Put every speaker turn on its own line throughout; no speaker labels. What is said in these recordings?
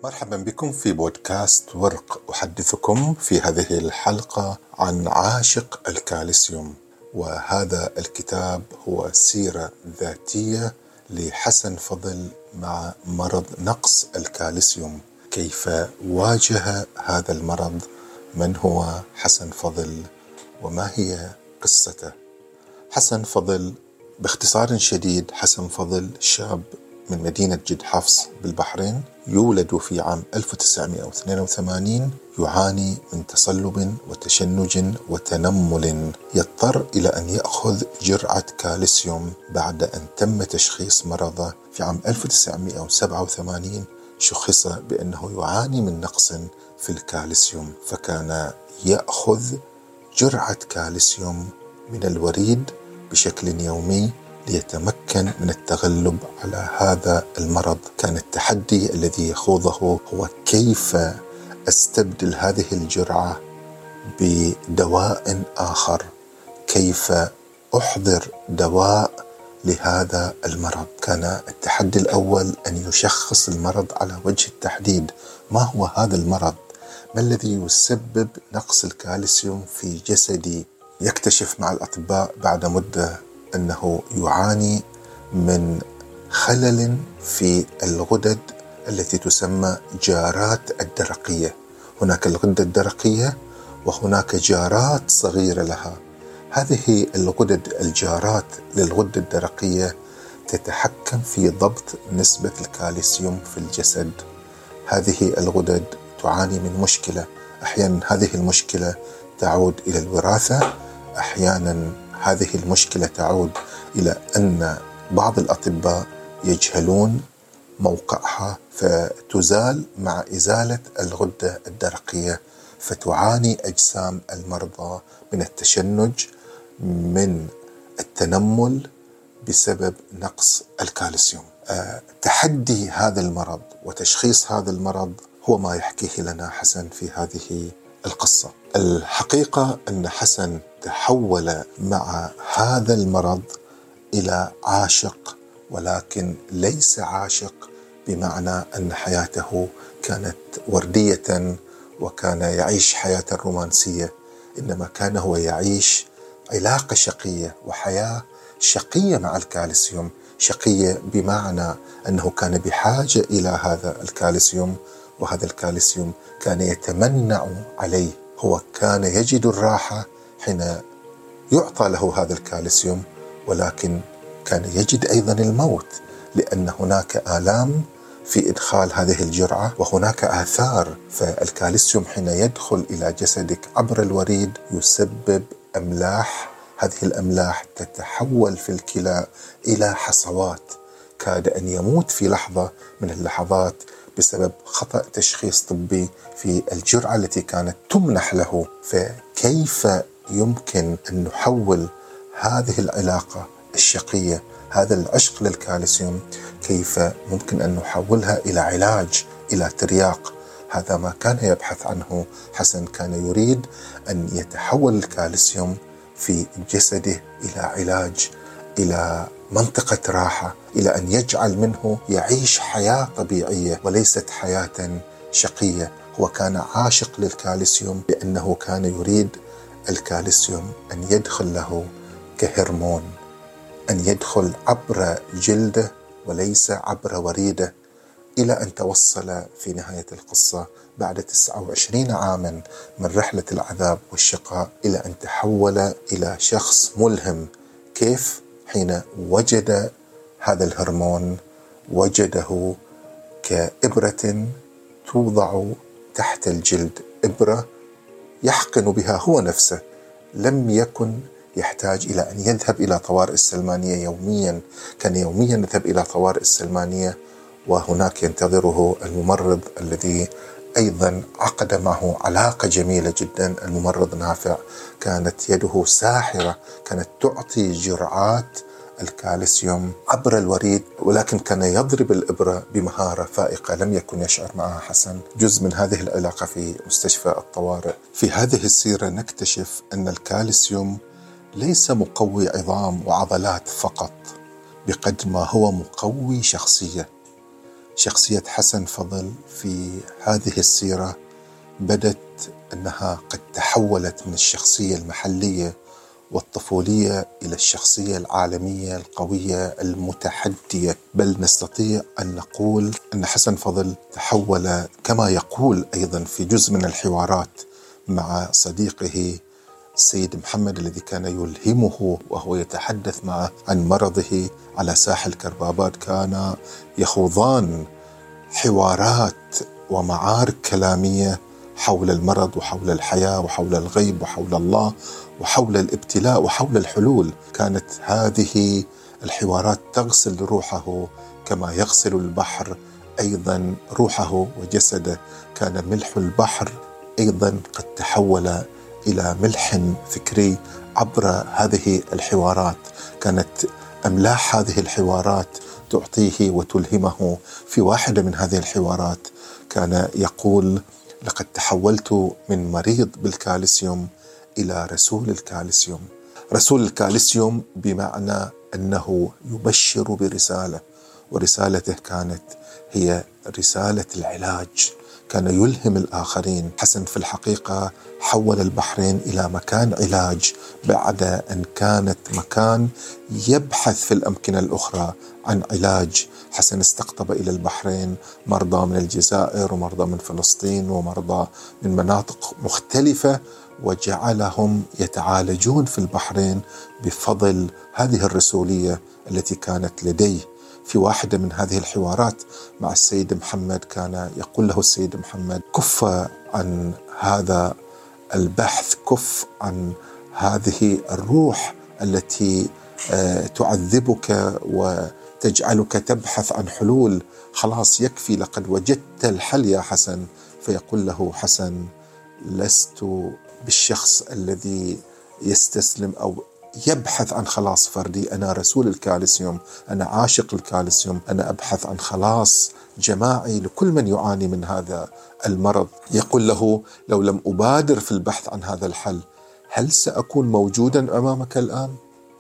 مرحبا بكم في بودكاست ورق. أحدثكم في هذه الحلقة عن عاشق الكالسيوم، وهذا الكتاب هو سيرة ذاتية لحسن فضل مع مرض نقص الكالسيوم. كيف واجه هذا المرض؟ من هو حسن فضل وما هي قصته؟ حسن فضل باختصار شديد، حسن فضل شاب من مدينة جد حفص بالبحرين، يولد في عام 1982، يعاني من تصلب وتشنج وتنمل، يضطر إلى أن يأخذ جرعة كالسيوم بعد أن تم تشخيص مرضه في عام 1987. شخص بأنه يعاني من نقص في الكالسيوم، فكان يأخذ جرعة كالسيوم من الوريد بشكل يومي ليتمكن من التغلب على هذا المرض. كان التحدي الذي يخوضه هو كيف أستبدل هذه الجرعة بدواء آخر، كيف أحضر دواء لهذا المرض. كان التحدي الأول أن يشخص المرض على وجه التحديد. ما هو هذا المرض؟ ما الذي يسبب نقص الكالسيوم في جسدي؟ يكتشف مع الأطباء بعد مدة أنه يعاني من خلل في الغدد التي تسمى جارات الدرقية. هناك الغدة الدرقية وهناك جارات صغيرة لها. هذه الغدد الجارات للغدة الدرقية تتحكم في ضبط نسبة الكالسيوم في الجسد. هذه الغدد تعاني من مشكلة، أحيانا هذه المشكلة تعود إلى الوراثة، أحيانا هذه المشكلة تعود إلى أن بعض الأطباء يجهلون موقعها، فتزال مع إزالة الغدة الدرقية، فتعاني أجسام المرضى من التشنج، من التنمل بسبب نقص الكالسيوم. تحدي هذا المرض وتشخيص هذا المرض هو ما يحكيه لنا حسن في هذه القصة. الحقيقة أن حسن تحول مع هذا المرض إلى عاشق، ولكن ليس عاشق بمعنى أن حياته كانت وردية وكان يعيش حياة رومانسية، إنما كان هو يعيش علاقة شقية وحياة شقية مع الكالسيوم. شقية بمعنى أنه كان بحاجة إلى هذا الكالسيوم، وهذا الكالسيوم كان يتمنع عليه. هو كان يجد الراحة حين يعطى له هذا الكالسيوم، ولكن كان يجد أيضا الموت، لأن هناك آلام في إدخال هذه الجرعة وهناك آثار. فالكالسيوم حين يدخل إلى جسدك عبر الوريد يسبب أملاح، هذه الأملاح تتحول في الكلى إلى حصوات. كاد أن يموت في لحظة من اللحظات بسبب خطأ تشخيص طبي في الجرعة التي كانت تمنح له. فكيف يمكن أن نحول هذه العلاقة الشقية، هذا العشق للكالسيوم، كيف ممكن أن نحولها إلى علاج، إلى ترياق؟ هذا ما كان يبحث عنه حسن. كان يريد أن يتحول الكالسيوم في جسده إلى علاج، إلى منطقة راحة، إلى أن يجعل منه يعيش حياة طبيعية وليست حياة شقية. هو كان عاشق للكالسيوم لأنه كان يريد الكالسيوم أن يدخل له كهرمون، أن يدخل عبر جلده وليس عبر وريده، إلى أن توصل في نهاية القصة بعد 29 عاما من رحلة العذاب والشقاء إلى أن تحول إلى شخص ملهم. كيف؟ حين وجد هذا الهرمون، وجده كإبرة توضع تحت الجلد، إبرة يحقن بها هو نفسه. لم يكن يحتاج إلى أن يذهب إلى طوارئ السلمانية يوميا، كان يوميا يذهب إلى طوارئ السلمانية، وهناك ينتظره الممرض الذي أيضا عقد معه علاقة جميلة جدا. الممرض نافع كانت يده ساحرة، كانت تعطي جرعات الكالسيوم عبر الوريد، ولكن كان يضرب الإبرة بمهارة فائقة لم يكن يشعر معها حسن. جزء من هذه العلاقة في مستشفى الطوارئ. في هذه السيرة نكتشف أن الكالسيوم ليس مقوي عظام وعضلات فقط، بقدر ما هو مقوي شخصية. شخصية حسن فضل في هذه السيرة بدت أنها قد تحولت من الشخصية المحلية والطفولية إلى الشخصية العالمية القوية المتحدية، بل نستطيع أن نقول أن حسن فضل تحول كما يقول أيضا في جزء من الحوارات مع صديقه السيد محمد الذي كان يلهمه وهو يتحدث معه عن مرضه على ساحل كرباباد، كان يخوضان حوارات ومعارك كلامية حول المرض وحول الحياة وحول الغيب وحول الله وحول الابتلاء وحول الحلول. كانت هذه الحوارات تغسل روحه كما يغسل البحر أيضا روحه وجسده. كان ملح البحر أيضا قد تحول إلى ملح فكري عبر هذه الحوارات. كانت أملاح هذه الحوارات تعطيه وتلهمه. في واحدة من هذه الحوارات كان يقول: لقد تحولت من مريض بالكالسيوم إلى رسول الكالسيوم. رسول الكالسيوم بمعنى أنه يبشر برسالة، ورسالته كانت هي رسالة العلاج. كان يلهم الآخرين. حسن في الحقيقة حول البحرين إلى مكان علاج بعد أن كانت مكان يبحث في الأمكنة الأخرى عن علاج. حسن استقطب إلى البحرين مرضى من الجزائر ومرضى من فلسطين ومرضى من مناطق مختلفة، وجعلهم يتعالجون في البحرين بفضل هذه الرسولية التي كانت لديه. في واحدة من هذه الحوارات مع السيد محمد كان يقول له السيد محمد: كف عن هذا البحث، كف عن هذه الروح التي تعذبك وتجعلك تبحث عن حلول. خلاص يكفي، لقد وجدت الحل يا حسن. فيقول له حسن: لست بالشخص الذي يستسلم أو يبحث عن خلاص فردي، أنا رسول الكالسيوم، أنا عاشق الكالسيوم، أنا أبحث عن خلاص جماعي لكل من يعاني من هذا المرض. يقول له: لو لم أبادر في البحث عن هذا الحل، هل سأكون موجودا أمامك الآن؟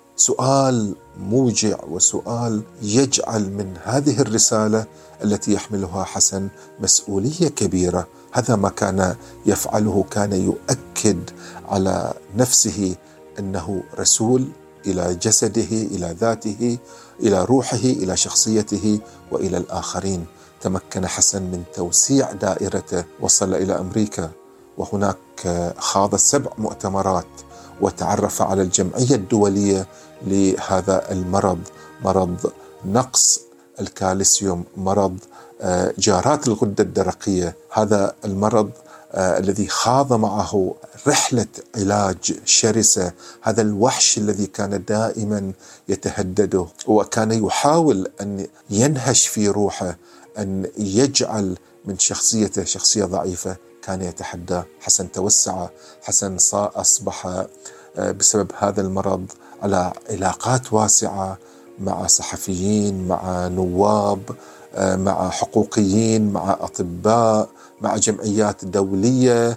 سؤال موجع وسؤال يجعل من هذه الرسالة التي يحملها حسن مسؤولية كبيرة. هذا ما كان يفعله، كان يؤكد على نفسه أنه رسول إلى جسده، إلى ذاته، إلى روحه، إلى شخصيته وإلى الآخرين. تمكن حسن من توسيع دائرته، وصل إلى أمريكا، وهناك خاض 7 مؤتمرات، وتعرف على الجمعية الدولية لهذا المرض، مرض نقص الكالسيوم، مرض جارات الغدة الدرقية. هذا المرض الذي خاض معه رحلة علاج شرسة. هذا الوحش الذي كان دائما يتهدده، وكان يحاول أن ينهش في روحه، أن يجعل من شخصيته شخصية ضعيفة، كان يتحدى. حسن توسع، حسن أصبح بسبب هذا المرض على علاقات واسعة مع صحفيين، مع نواب، مع حقوقيين، مع أطباء، مع جمعيات دولية،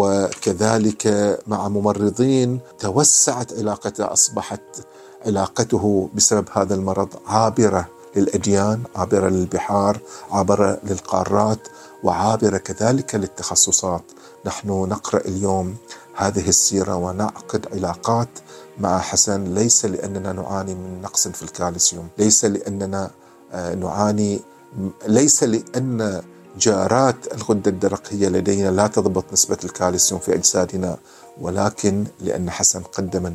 وكذلك مع ممرضين. توسعت علاقته، أصبحت علاقته بسبب هذا المرض عابرة للأديان، عابرة للبحار، عابرة للقارات، وعابرة كذلك للتخصصات. نحن نقرأ اليوم هذه السيرة ونعقد علاقات مع حسن، ليس لأننا نعاني من نقص في الكالسيوم، ليس لأننا نعاني، ليس لأن جارات الغدة الدرقية لدينا لا تضبط نسبة الكالسيوم في أجسادنا، ولكن لأن حسن قدم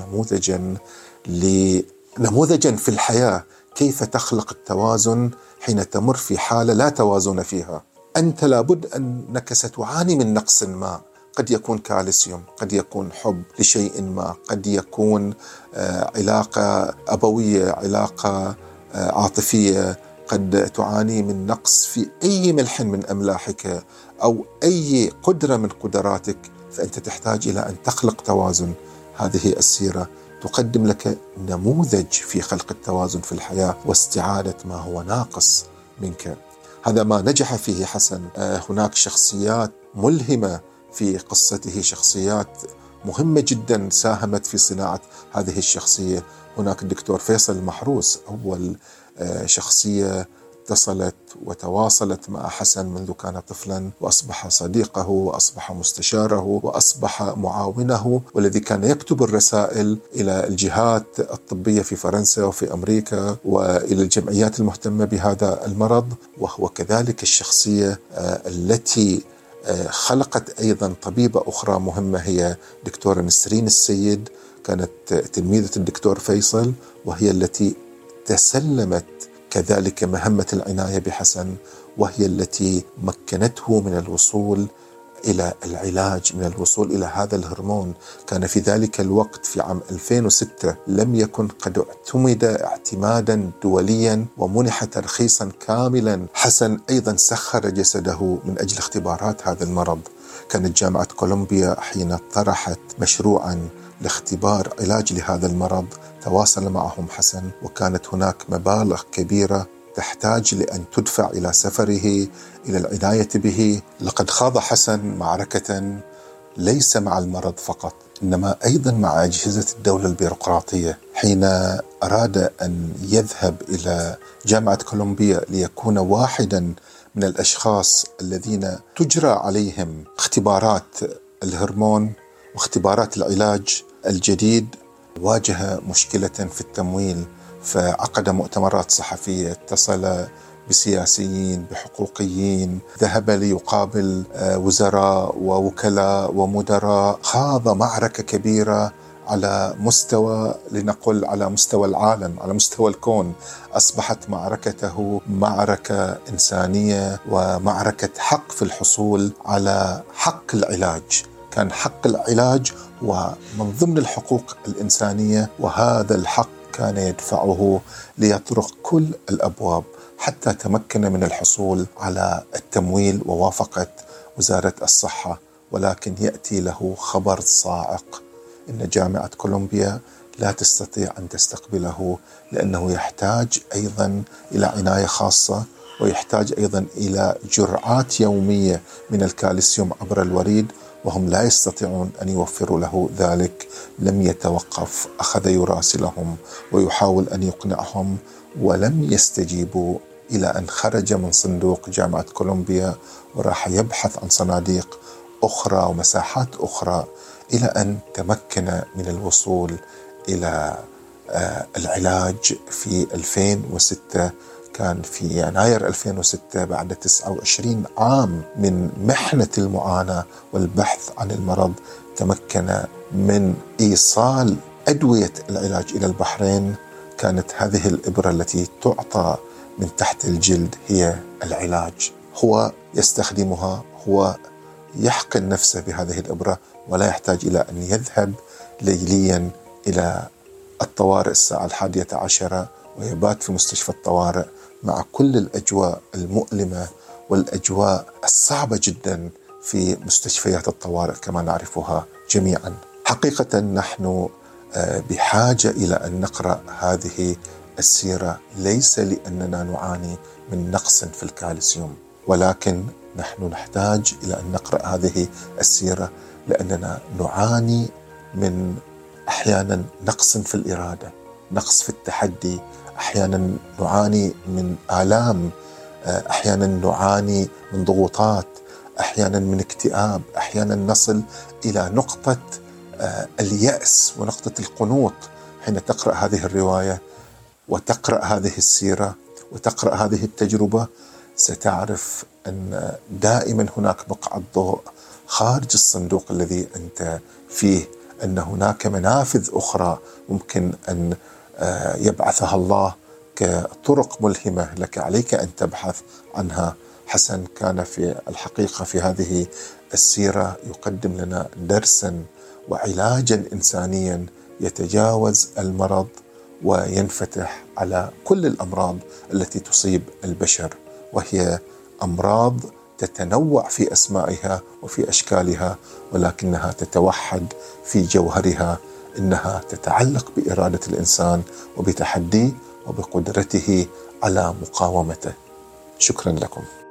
نموذجا في الحياة، كيف تخلق التوازن حين تمر في حالة لا توازن فيها. أنت لابد أنك ستعاني من نقص ما، قد يكون كالسيوم، قد يكون حب لشيء ما، قد يكون علاقة أبوية، علاقة عاطفية، قد تعاني من نقص في أي ملح من أملاحك أو أي قدرة من قدراتك، فأنت تحتاج إلى أن تخلق توازن. هذه السيرة تقدم لك نموذج في خلق التوازن في الحياة واستعادة ما هو ناقص منك. هذا ما نجح فيه حسن. هناك شخصيات ملهمة في قصته، شخصيات مهمة جدا ساهمت في صناعة هذه الشخصية. هناك الدكتور فيصل المحروس، أول شخصية اتصلت وتواصلت مع حسن منذ كان طفلا، وأصبح صديقه وأصبح مستشاره وأصبح معاونه، والذي كان يكتب الرسائل إلى الجهات الطبية في فرنسا وفي أمريكا وإلى الجمعيات المهتمة بهذا المرض. وهو كذلك الشخصية التي خلقت أيضا طبيبة أخرى مهمة، هي دكتورة نسرين السيد، كانت تلميذة الدكتور فيصل، وهي التي تسلمت كذلك مهمة العناية بحسن، وهي التي مكنته من الوصول إلى العلاج، من الوصول إلى هذا الهرمون. كان في ذلك الوقت في عام 2006 لم يكن قد اعتمد اعتمادا دوليا ومنح ترخيصا كاملا. حسن أيضا سخر جسده من أجل اختبارات هذا المرض. كانت جامعة كولومبيا حين طرحت مشروعا لاختبار علاج لهذا المرض تواصل معهم حسن، وكانت هناك مبالغ كبيرة تحتاج لأن تدفع إلى سفره إلى العناية به. لقد خاض حسن معركة ليس مع المرض فقط، إنما أيضا مع أجهزة الدولة البيروقراطية، حين أراد أن يذهب إلى جامعة كولومبيا ليكون واحدا من الأشخاص الذين تجرى عليهم اختبارات الهرمون واختبارات العلاج الجديد. واجه مشكلة في التمويل، فعقد مؤتمرات صحفية، اتصل بسياسيين بحقوقيين، ذهب ليقابل وزراء ووكلاء ومدراء. خاض معركة كبيرة على مستوى، لنقل على مستوى العالم، على مستوى الكون. أصبحت معركته معركة إنسانية ومعركة حق في الحصول على حق العلاج. كان حق العلاج ومن ضمن الحقوق الإنسانية، وهذا الحق كان يدفعه ليطرق كل الأبواب حتى تمكن من الحصول على التمويل ووافقة وزارة الصحة. ولكن يأتي له خبر صاعق إن جامعة كولومبيا لا تستطيع أن تستقبله، لأنه يحتاج أيضا إلى عناية خاصة، ويحتاج أيضا إلى جرعات يومية من الكالسيوم عبر الوريد، وهم لا يستطيعون أن يوفروا له ذلك. لم يتوقف، أخذ يراسلهم ويحاول أن يقنعهم ولم يستجيبوا، إلى أن خرج من صندوق جامعة كولومبيا وراح يبحث عن صناديق أخرى ومساحات أخرى، إلى أن تمكن من الوصول إلى العلاج في 2006. كان في يناير 2006 بعد 29 عام من محنة المعاناة والبحث عن المرض، تمكن من إيصال أدوية العلاج إلى البحرين. كانت هذه الإبرة التي تعطى من تحت الجلد هي العلاج. هو يستخدمها، هو يحقن نفسه بهذه الإبرة، ولا يحتاج إلى أن يذهب ليليا إلى الطوارئ الساعة 11 ويبات في مستشفى الطوارئ مع كل الأجواء المؤلمة والأجواء الصعبة جدا في مستشفيات الطوارئ كما نعرفها جميعا. حقيقة نحن بحاجة إلى أن نقرأ هذه السيرة، ليس لأننا نعاني من نقص في الكالسيوم، ولكن نحن نحتاج إلى أن نقرأ هذه السيرة لأننا نعاني من أحيانا نقص في الإرادة، نقص في التحدي، أحيانا نعاني من آلام، أحيانا نعاني من ضغوطات، أحيانا من اكتئاب، أحيانا نصل إلى نقطة اليأس ونقطة القنوط. حين تقرأ هذه الرواية وتقرأ هذه السيرة وتقرأ هذه التجربة، ستعرف أن دائما هناك بقعة ضوء خارج الصندوق الذي أنت فيه، أن هناك منافذ أخرى ممكن أن يبعثها الله كطرق ملهمة لك، عليك أن تبحث عنها. حسن كان في الحقيقة في هذه السيرة يقدم لنا درسا وعلاجا إنسانيا يتجاوز المرض وينفتح على كل الأمراض التي تصيب البشر، وهي أمراض تتنوع في أسمائها وفي أشكالها، ولكنها تتوحد في جوهرها، إنها تتعلق بإرادة الإنسان وبتحديه وبقدرته على مقاومته. شكرا لكم.